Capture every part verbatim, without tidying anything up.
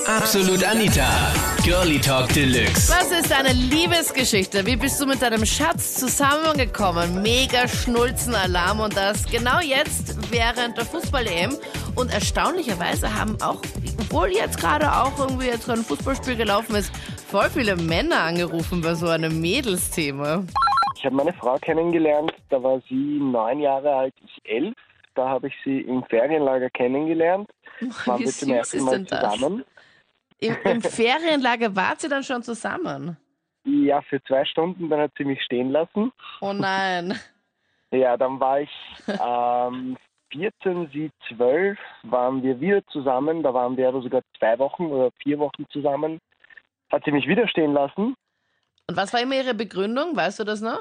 Absolut Anita, Girlie Talk Deluxe. Was ist deine Liebesgeschichte? Wie bist du mit deinem Schatz zusammengekommen? Mega Schnulzenalarm und das genau jetzt während der Fußball-E M. Und erstaunlicherweise haben auch, obwohl jetzt gerade auch irgendwie jetzt ein Fußballspiel gelaufen ist, voll viele Männer angerufen bei so einem Mädelsthema. Ich habe meine Frau kennengelernt, da war sie neun Jahre alt, ich elf. Da habe ich sie im Ferienlager kennengelernt. Waren Wie wir zum süß ersten ist Mal denn das? zusammen. Im, Im Ferienlager wart ihr dann schon zusammen? Ja, für zwei Stunden, dann hat sie mich stehen lassen. Oh nein. Ja, dann war ich ähm, vierzehn, sie zwölf, waren wir wieder zusammen. Da waren wir aber sogar zwei Wochen oder vier Wochen zusammen. Hat sie mich wieder stehen lassen. Und was war immer ihre Begründung? Weißt du das noch?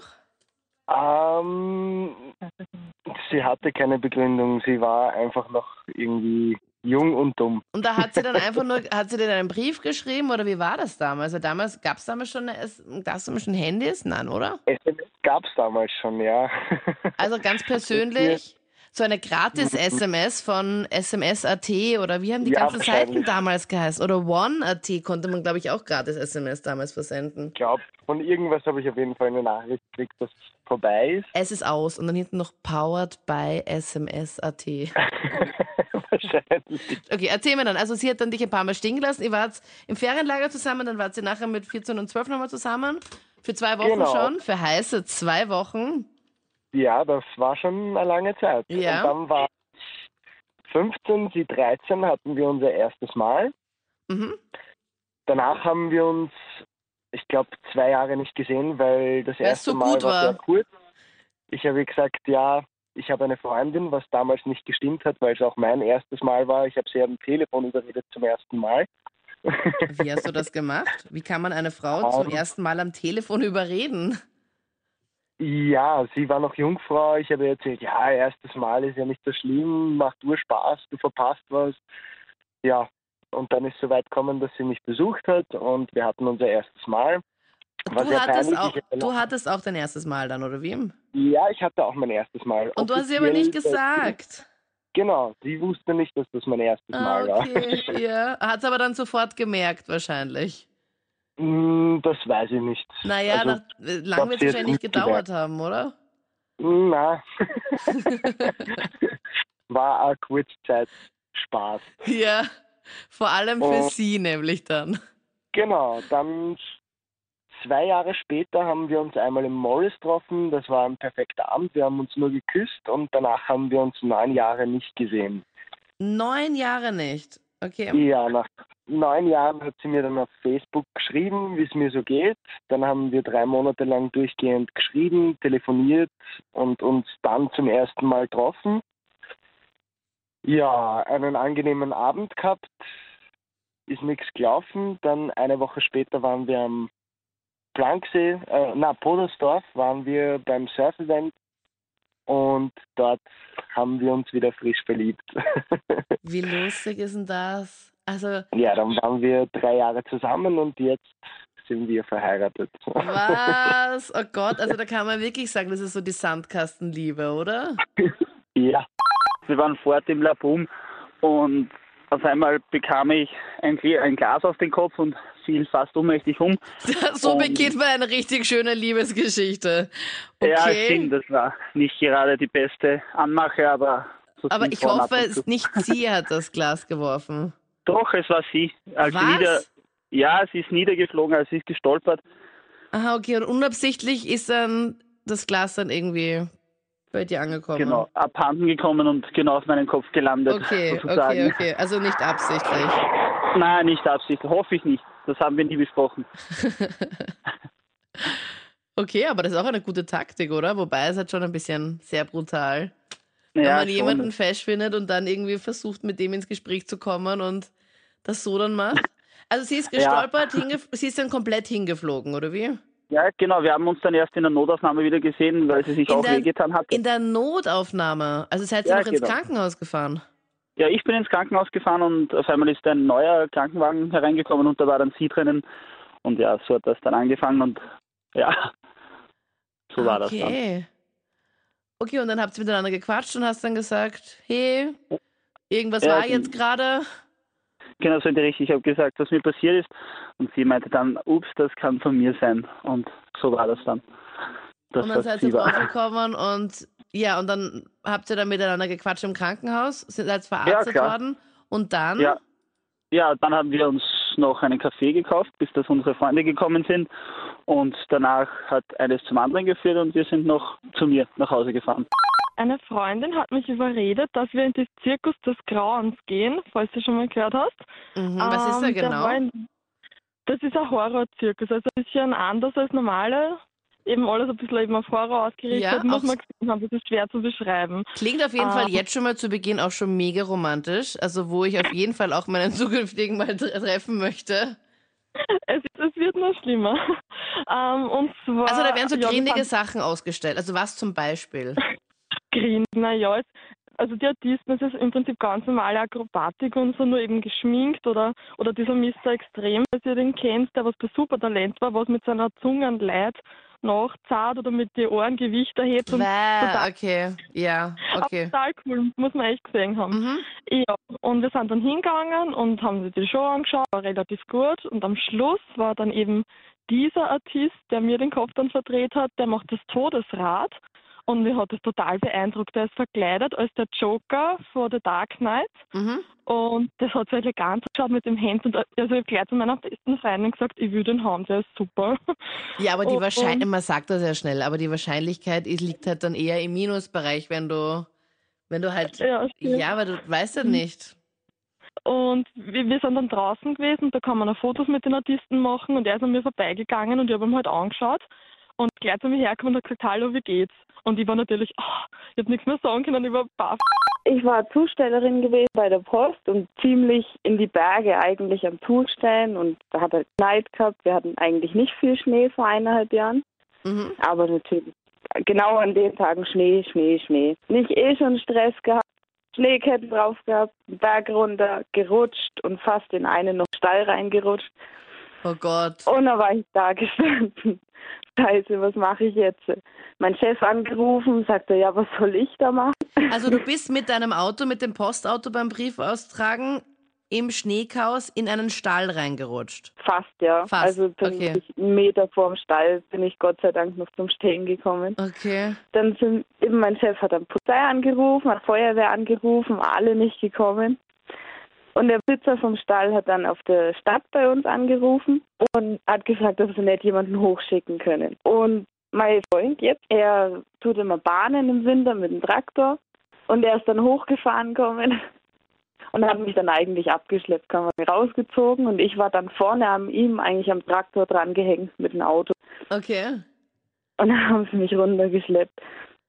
Ähm, sie hatte keine Begründung. Sie war einfach noch irgendwie jung und dumm. Und da hat sie dann einfach nur, hat sie dir einen Brief geschrieben oder wie war das damals? Also damals gab es damals schon, gab's damals schon Handys? Nein, oder? S M S gab es damals schon, ja. Also ganz persönlich, so eine Gratis-S M S von S M S Punkt A T oder wie haben die Ja, ganzen Seiten wahrscheinlich. damals geheißen? Oder One Punkt A T konnte man, glaube ich, auch Gratis-S M S damals versenden. Ich glaube, von irgendwas habe ich auf jeden Fall eine Nachricht gekriegt, dass es vorbei ist. Es ist aus und dann hinten noch Powered by S M S Punkt A T. Wahrscheinlich. Okay, erzähl mir dann. Also sie hat dann dich ein paar Mal stehen gelassen. Ihr wart im Ferienlager zusammen, dann wart ihr nachher mit vierzehn und zwölf nochmal zusammen. Für zwei Wochen Genau. schon, für heiße zwei Wochen. Ja, das war schon eine lange Zeit. Ja. Und dann war ich fünfzehn, sie dreizehn, hatten wir unser erstes Mal. Mhm. Danach haben wir uns, ich glaube, zwei Jahre nicht gesehen, weil das Weil es erste so Mal gut war war. sehr kurz. Ich habe ihr gesagt, ja, ich habe eine Freundin, was damals nicht gestimmt hat, weil es auch mein erstes Mal war. Ich habe sie am Telefon überredet zum ersten Mal. Wie hast du das gemacht? Wie kann man eine Frau zum Um, ersten Mal am Telefon überreden? Ja, sie war noch Jungfrau. Ich habe ihr erzählt, ja, erstes Mal ist ja nicht so schlimm, macht nur Spaß, du verpasst was. Ja, und dann ist es so weit gekommen, dass sie mich besucht hat und wir hatten unser erstes Mal. War Du sehr hattest, peinlich. auch, Ich- du hattest auch dein erstes Mal dann, oder wie? Ja, ich hatte auch mein erstes Mal. Und du hast sie aber nicht Offiziell- gesagt. Genau, sie wusste nicht, dass das mein erstes Ah, Mal war. okay, ja. Hat es aber dann sofort gemerkt wahrscheinlich. Hm, Das weiß ich nicht. Naja, Also, nach, lang glaub, wird sie es hat wahrscheinlich nicht gedauert haben, oder? Na. War eine kurze Zeit Spaß. Ja, vor allem für Oh. sie nämlich dann. Genau, dann zwei Jahre später haben wir uns einmal im Morris getroffen. Das war ein perfekter Abend. Wir haben uns nur geküsst und danach haben wir uns neun Jahre nicht gesehen. Neun Jahre nicht. Okay. Ja, nach neun Jahren hat sie mir dann auf Facebook geschrieben, wie es mir so geht. Dann haben wir drei Monate lang durchgehend geschrieben, telefoniert und uns dann zum ersten Mal getroffen. Ja, einen angenehmen Abend gehabt, ist nichts gelaufen. Dann eine Woche später waren wir am Planksee, äh, na, Podersdorf, waren wir beim Surf-Event und dort haben wir uns wieder frisch verliebt. Wie lustig ist denn das? Also, Ja, dann waren wir drei Jahre zusammen und jetzt sind wir verheiratet. was? Oh Gott, also da kann man wirklich sagen, das ist so die Sandkastenliebe, oder? Ja. Wir waren fort im Labum und auf einmal bekam ich ein, Gl- ein Glas auf den Kopf und fiel fast ohnmächtig um. So Und- beginnt man eine richtig schöne Liebesgeschichte. Ja, Okay. stimmt, das war nicht gerade die beste Anmache, aber... So Aber sind ich Frauen ab hoffe, und zu. es nicht sie hat das Glas geworfen. Doch, es war sie. Als sie Was? nieder, ja, sie ist niedergeflogen, als sie ist gestolpert. Aha, okay. Und unabsichtlich ist dann das Glas dann irgendwie bei dir angekommen. Genau, abhanden gekommen und genau auf meinen Kopf gelandet, Okay, sozusagen. okay, okay. Also nicht absichtlich. Nein, nicht absichtlich, hoffe ich nicht. Das haben wir nie besprochen. Okay, aber das ist auch eine gute Taktik, oder? Wobei es halt schon ein bisschen sehr brutal. Wenn Ja, man schon. jemanden fesch findet und dann irgendwie versucht, mit dem ins Gespräch zu kommen und das so dann macht. Also sie ist gestolpert, hingef- sie ist dann komplett hingeflogen, oder wie? Ja, genau, wir haben uns dann erst in der Notaufnahme wieder gesehen, weil sie sich In auch der- wehgetan hat. In der Notaufnahme. Also seid ihr Ja, noch ins genau. Krankenhaus gefahren? Ja, ich bin ins Krankenhaus gefahren und auf einmal ist ein neuer Krankenwagen hereingekommen und da war dann sie drinnen. Und ja, so hat das dann angefangen und ja, so war das dann. Okay. Okay, und dann habt ihr miteinander gequatscht und hast dann gesagt, hey, irgendwas Ja, war die- jetzt gerade. Genau so in die Richtung. Ich habe gesagt, was mir passiert ist. Und sie meinte dann, ups, das kann von mir sein. Und so war das dann. Das, und dann was seid sie ihr war. draufgekommen und ja, und dann habt ihr dann miteinander gequatscht im Krankenhaus, seid Ja, verarztet klar. worden und dann? Ja. Ja, dann haben wir uns noch einen Kaffee gekauft, bis dass unsere Freunde gekommen sind. Und danach hat eines zum anderen geführt und wir sind noch zu mir nach Hause gefahren. Eine Freundin hat mich überredet, dass wir in den Zirkus des Grauens gehen, falls du schon mal gehört hast. Mhm, was ist da Ähm, der genau? war ein- Das ist ein Horrorzirkus, also ein bisschen anders als normale. Eben alles ein bisschen eben auf Horror ausgerichtet, Ja, muss auch man gesehen haben, das ist schwer zu beschreiben. Klingt auf jeden Fall Ähm, jetzt schon mal zu Beginn auch schon mega romantisch, also wo ich auf jeden Fall auch meinen zukünftigen mal tre- treffen möchte. Es, es wird noch schlimmer. Ähm, und zwar, Also da werden so ja, wir grindige sind Sachen ausgestellt, also was zum Beispiel? Green, naja, also die Artisten, das ist im Prinzip ganz normale Akrobatik und so, nur eben geschminkt oder, oder dieser Mister Extrem, falls ihr den kennt, der was bei Supertalent war, was mit seiner Zunge an Leid nachzahlt oder mit den Ohren Gewicht erhebt. Und Bäh, total, okay, ja, aber okay. total cool, muss man echt gesehen haben. Mhm. Ja, und wir sind dann hingegangen und haben sich die Show angeschaut, war relativ gut. Und am Schluss war dann eben dieser Artist, der mir den Kopf dann verdreht hat, der macht das Todesrad. Und mich hat das total beeindruckt. Er ist verkleidet als der Joker vor The Dark Knight. Mhm. Und das hat so elegant geschaut mit dem Hemd. Und also ich habe gleich zu meiner besten Freundin gesagt, ich will den haben, der ist super. Ja, aber die Und- Wahrscheinlichkeit, man sagt das ja schnell, aber die Wahrscheinlichkeit ist, liegt halt dann eher im Minusbereich, wenn du, wenn du halt, Ja, stimmt. ja, weil du weißt ja nicht. Und wir, wir sind dann draußen gewesen, da kann man auch Fotos mit den Artisten machen und er ist an mir vorbeigegangen und ich habe ihn halt angeschaut und gleich zu mir hergekommen und hat gesagt, hallo, wie geht's? Und ich war natürlich, oh, ich habe nichts mehr sagen können, ich war baff. Ich war Zustellerin gewesen bei der Post und ziemlich in die Berge eigentlich am Zustellen und da hat er Neid gehabt. Wir hatten eigentlich nicht viel Schnee vor eineinhalb Jahren, Mhm. aber natürlich genau an den Tagen Schnee, Schnee, Schnee. Nicht eh schon Stress gehabt, Schneeketten drauf gehabt, Berg runter, gerutscht und fast in einen noch Stall reingerutscht. Oh Gott. Und dann war ich da gestanden. Scheiße, was mache ich jetzt? Mein Chef angerufen, sagte, ja, was soll ich da machen? Also du bist mit deinem Auto, mit dem Postauto beim Brief austragen, im Schneechaos in einen Stall reingerutscht. Fast, ja. Fast, Also okay. pünktlich einen Meter vorm Stall bin ich Gott sei Dank noch zum Stehen gekommen. Okay. Dann sind eben mein Chef hat dann Polizei angerufen, hat Feuerwehr angerufen, alle nicht gekommen. Und der Besitzer vom Stall hat dann auf der Stadt bei uns angerufen und hat gesagt, dass sie nicht jemanden hochschicken können. Und mein Freund jetzt, er tut immer Bahnen im Winter mit dem Traktor und er ist dann hochgefahren gekommen und hat mich dann eigentlich abgeschleppt, kam rausgezogen und ich war dann vorne an ihm eigentlich am Traktor dran gehängt mit dem Auto. Okay. Und dann haben sie mich runtergeschleppt.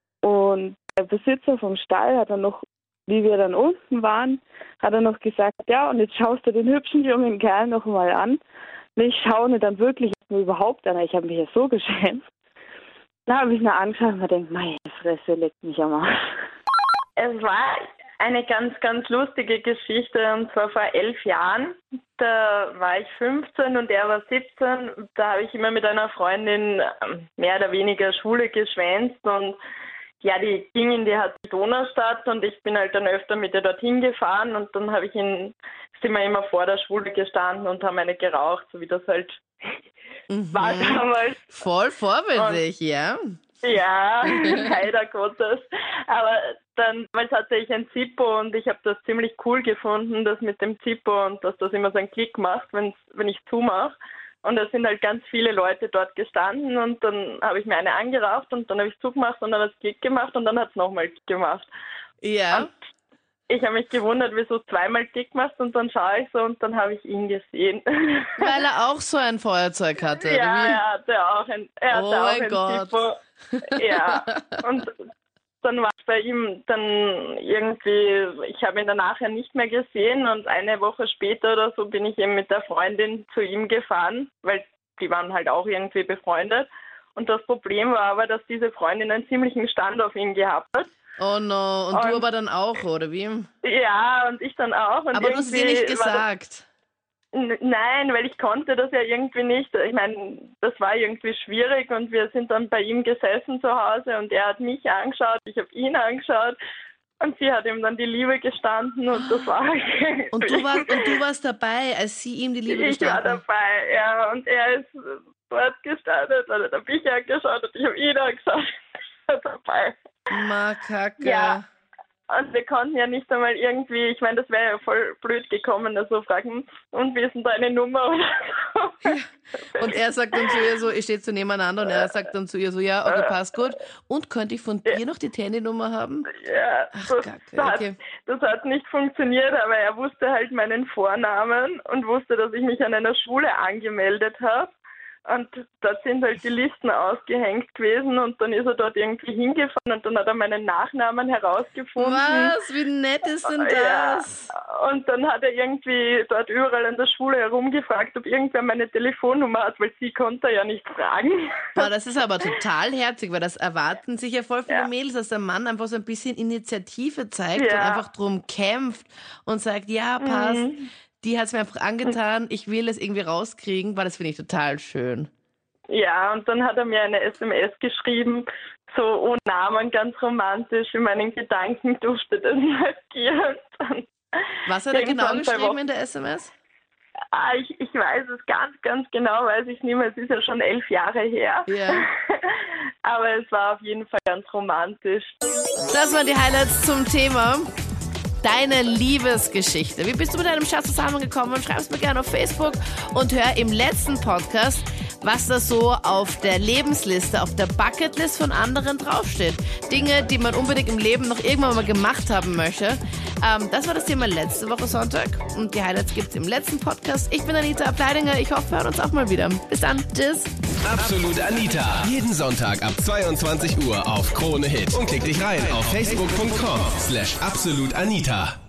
Und der Besitzer vom Stall hat dann noch, wie wir dann unten waren, hat er noch gesagt, ja, und jetzt schaust du den hübschen jungen Kerl noch mal an. Und ich schaue ihn dann wirklich überhaupt an. Ich habe mich ja so geschämt. Dann habe ich ihn angeschaut und mir gedacht, meine Fresse leckt mich am Arsch. Es war eine ganz, ganz lustige Geschichte und zwar vor elf Jahren. Da war ich fünfzehn und er war siebzehn. Da habe ich immer mit einer Freundin ähm, mehr oder weniger Schule geschwänzt und ja, die ging in die Donaustadt und ich bin halt dann öfter mit ihr dorthin gefahren und dann habe ich in, sind wir immer vor der Schule gestanden und haben eine geraucht, so wie das halt Mhm. war damals. Voll vorbildlich, ja. Ja, leider Gottes. Aber dann, weil es hatte ich ein Zippo und ich habe das ziemlich cool gefunden, das mit dem Zippo und dass das immer so einen Klick macht, wenn's, wenn ich zumache. Und da sind halt ganz viele Leute dort gestanden und dann habe ich mir eine angeraucht und dann habe ich zugemacht und dann hat es Klick gemacht und dann hat es nochmal Klick gemacht. Ja. Und ich habe mich gewundert, wieso zweimal Klick macht und dann schaue ich so und dann habe ich ihn gesehen. Weil er auch so ein Feuerzeug hatte, oder Ja, wie? er hatte auch ein, er hatte Oh auch mein ein Gott. Zippo. Ja, und dann war es bei ihm dann irgendwie, ich habe ihn dann nachher nicht mehr gesehen und eine Woche später oder so bin ich eben mit der Freundin zu ihm gefahren, weil die waren halt auch irgendwie befreundet. Und das Problem war aber, dass diese Freundin einen ziemlichen Stand auf ihn gehabt hat. Oh no, und, Und- du aber dann auch, oder wie? Ja, und ich dann auch. Und Aber du hast es ihr irgendwie nicht war das- gesagt. N- Nein, weil ich konnte das ja irgendwie nicht. Ich meine, das war irgendwie schwierig und wir sind dann bei ihm gesessen zu Hause und er hat mich angeschaut, ich habe ihn angeschaut Und sie hat ihm dann die Liebe gestanden und das war halt Und du, warst, und du warst dabei, als sie ihm die Liebe Ich gestanden war dabei, ja. Und er ist dort gestartet, oder der Bücher angeschaut und ich habe ihn angeschaut. dabei. Makaka. Ja. Und wir konnten ja nicht einmal irgendwie, ich meine, das wäre ja voll blöd gekommen, also fragen, und wie ist denn deine Nummer oder so. Ja. Und er sagt dann zu ihr so, ich stehe so nebeneinander und er sagt dann zu ihr so, ja, okay, passt gut. Und könnte ich von dir noch die Handynummer haben? Ja, Ach, das, Kacke, das, okay. hat, das hat nicht funktioniert, aber er wusste halt meinen Vornamen und wusste, dass ich mich an einer Schule angemeldet habe. Und dort sind halt die Listen ausgehängt gewesen und dann ist er dort irgendwie hingefahren und dann hat er meinen Nachnamen herausgefunden. Was? Wie nett ist denn das? Ja. Und dann hat er irgendwie dort überall an der Schule herumgefragt, ob irgendwer meine Telefonnummer hat, weil sie konnte ja nicht fragen. Boah, das ist aber total herzig, weil das erwarten sich ja voll viele Ja. Mädels, dass der Mann einfach so ein bisschen Initiative zeigt Ja. und einfach drum kämpft und sagt, ja, passt. Mhm. Die hat es mir einfach angetan, ich will es irgendwie rauskriegen, weil das finde ich total schön. Ja, und dann hat er mir eine S M S geschrieben, so ohne Namen, ganz romantisch, in meinen Gedanken duftet es nach dir. Was hat er genau Irgendwann zwei geschrieben Wochen- in der S M S? Ah, ich, ich weiß es ganz, ganz genau, weiß ich nicht mehr, es ist ja schon elf Jahre her. Ja. Aber es war auf jeden Fall ganz romantisch. Das waren die Highlights zum Thema deine Liebesgeschichte. Wie bist du mit deinem Schatz zusammengekommen? Schreib's mir gerne auf Facebook und hör im letzten Podcast, was da so auf der Lebensliste, auf der Bucketlist von anderen draufsteht. Dinge, die man unbedingt im Leben noch irgendwann mal gemacht haben möchte. Ähm, das war das Thema letzte Woche Sonntag und die Highlights gibt's im letzten Podcast. Ich bin Anita Ableidinger. Ich hoffe, wir hören uns auch mal wieder. Bis dann. Tschüss. Absolut Anita. Jeden Sonntag ab zweiundzwanzig Uhr auf Krone Hit. Und klick dich rein auf facebook punkt com slash absolutanita.